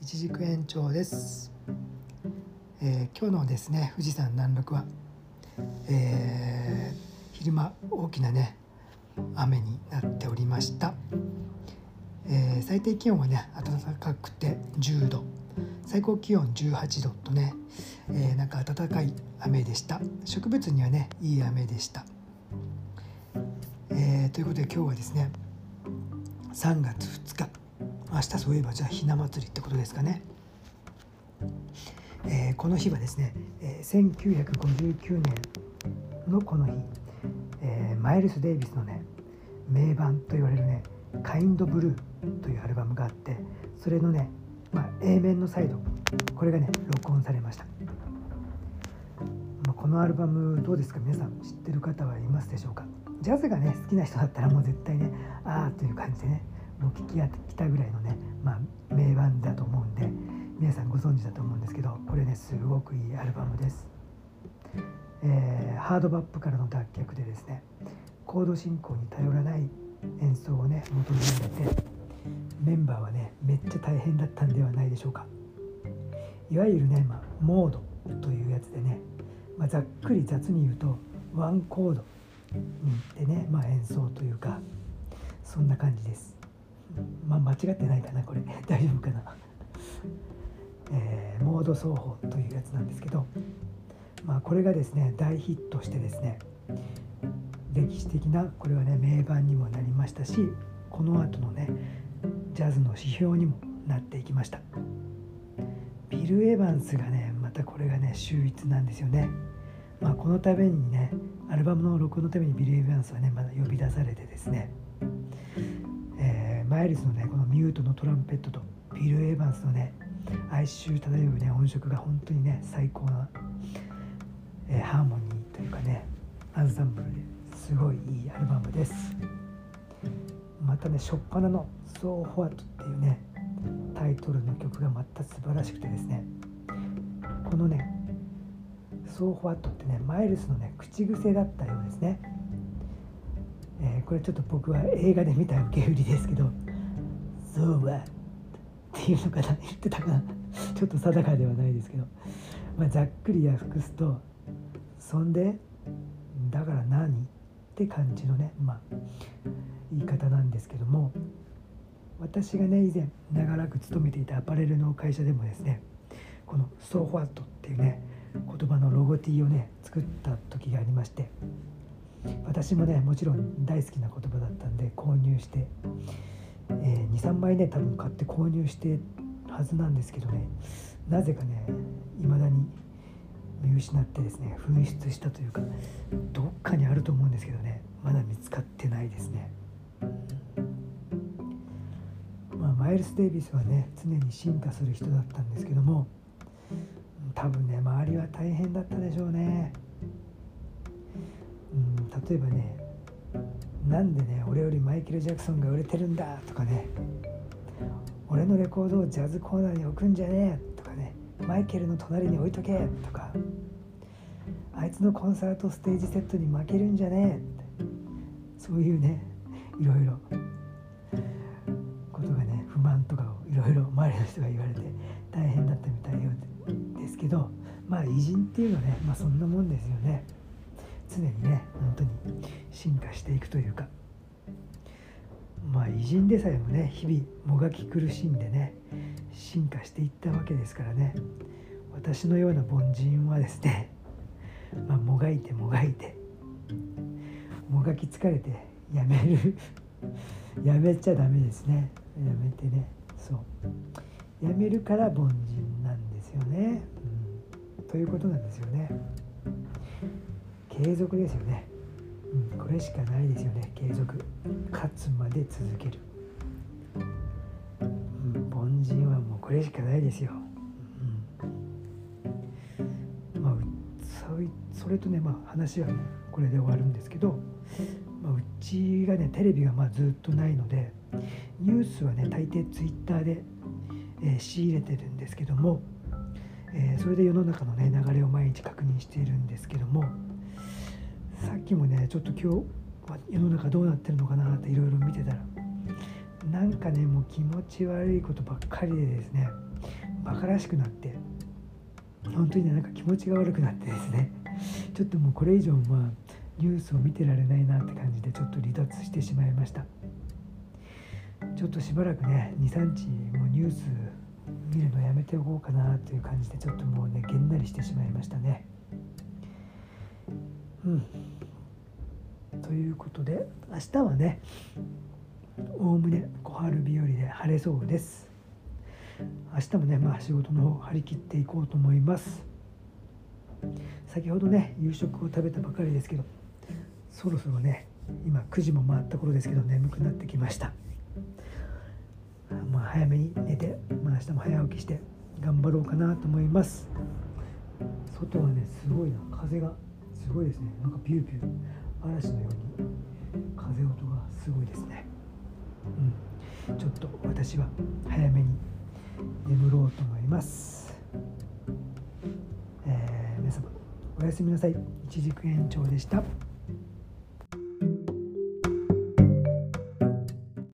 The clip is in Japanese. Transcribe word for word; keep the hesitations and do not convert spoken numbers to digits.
一軸延長です、えー、今日のですね富士山南麓は、えー、昼間大きなね雨になっておりました、えー、最低気温はね暖かくてじゅうど、最高気温じゅうはちどとね、えー、なんか暖かい雨でした。植物にはねいい雨でした、えー、ということで今日はですねさんがつふつか、明日そういえばじゃあひな祭りってことですかね。えー、この日はですね、えー、せんきゅうひゃくごじゅうきゅうねんのこの日、えー、マイルス・デイビスのね名盤と言われるねカインド・ブルーというアルバムがあって、それのね、まあ、A 面のサイド、これがね録音されました。まあ、このアルバムどうですか、皆さん知ってる方はいますでしょうか。ジャズがね好きな人だったらもう絶対ねあーという感じでねもう聞き飽きたぐらいのね、まあ、名盤だと思うんで皆さんご存知だと思うんですけど、これねすごくいいアルバムです。えー、ハードバップからの脱却でですねコード進行に頼らない演奏をね求められて、メンバーはねめっちゃ大変だったんではないでしょうか。いわゆるね、まあ、モードというやつでね、まあ、ざっくり雑に言うとワンコードに行ってね、まあ、演奏というかそんな感じです。まあ間違ってないかなこれ大丈夫かな、えー、モード奏法というやつなんですけど、まあこれがですね大ヒットしてですね歴史的なこれはね名盤にもなりましたし、この後のねジャズの指標にもなっていきました。ビル・エヴァンスがねまたこれがね秀逸なんですよね。まあこのためにねアルバムの録音のためにビル・エヴァンスはねまだ呼び出されてですね、えー、マイルズのねこのミュートのトランペットとビル・エヴァンスのね哀愁漂うね音色が本当にね最高な、えー、ハーモニーというかねアンサンブルですごいいいアルバムです。またね初っ端のSo Whatっていうねタイトルの曲がまた素晴らしくてですね、このねSo Whatってねマイルスのね口癖だったようですね。えー、これちょっと僕は映画で見た受け売りですけど So What っていうのかな言ってたかなちょっと定かではないですけど、まあ、ざっくり訳すとそんでだから何って感じのね、まあ、言い方なんですけども、私がね以前長らく勤めていたアパレルの会社でもですねこの So What っていうね言葉のロゴ T をね作った時がありまして、私もねもちろん大好きな言葉だったんで購入して、えー、にさんまいね多分買って購入してはずなんですけどね、なぜかね未だに見失ってですね紛失したというかどっかにあると思うんですけどねまだ見つかってないですね。まあ、マイルス・デイビスはね常に進化する人だったんですけども、多分ね周りは大変だったでしょうね。うん、例えばねなんでね俺よりマイケル・ジャクソンが売れてるんだとかね、俺のレコードをジャズコーナーに置くんじゃねえとかね、マイケルの隣に置いとけとか、あいつのコンサートステージセットに負けるんじゃねえって、そういうねいろいろことがね不満とかをいろいろ周りの人が言われて大変だったみたいよですけど、まあ偉人っていうのはね、まあ、そんなもんですよね。常にね本当に進化していくというか、まあ偉人でさえもね日々もがき苦しんでね進化していったわけですからね、私のような凡人はですね、まあ、もがいてもがいてもがき疲れてやめるやめちゃダメですね。やめてね、そうやめるから凡人なんですよね、うん、ということなんですよね。継続ですよね、うん、これしかないですよね。継続、勝つまで続ける、うん、凡人はもうこれしかないですよ、うん、まあそれとね、まあ、話はねこれで終わるんですけど、まあ、うちがねテレビがまあずっとないのでニュースはね大抵ツイッターで、えー、仕入れてるんですけども、えー、それで世の中のね流れを毎日確認しているんですけども、さっきもねちょっと今日世の中どうなってるのかなっていろいろ見てたら、 なんかねもう気持ち悪いことばっかりでですね、バカらしくなって、本当にねなんか気持ちが悪くなってですね、ちょっともうこれ以上まあニュースを見てられないなって感じでちょっと離脱してしまいました。ちょっとしばらくね にさんにちもうニュース見るのやめておこうかなという感じで、ちょっともうねげんなりしてしまいましたね。うんということで、明日はねおおむね小春日和で晴れそうです。明日もねまあ仕事の方張り切っていこうと思います。先ほどね夕食を食べたばかりですけど、そろそろね今くじも回った頃ですけど眠くなってきました。まあ早めに寝て、まあ、明日も早起きして頑張ろうかなと思います。外はねすごいな、風がすごいですね。なんかピューピュー嵐のように風音がすごいですね。うん、ちょっと私は早めに眠ろうと思います。えー、皆様おやすみなさい。一軸延長でした。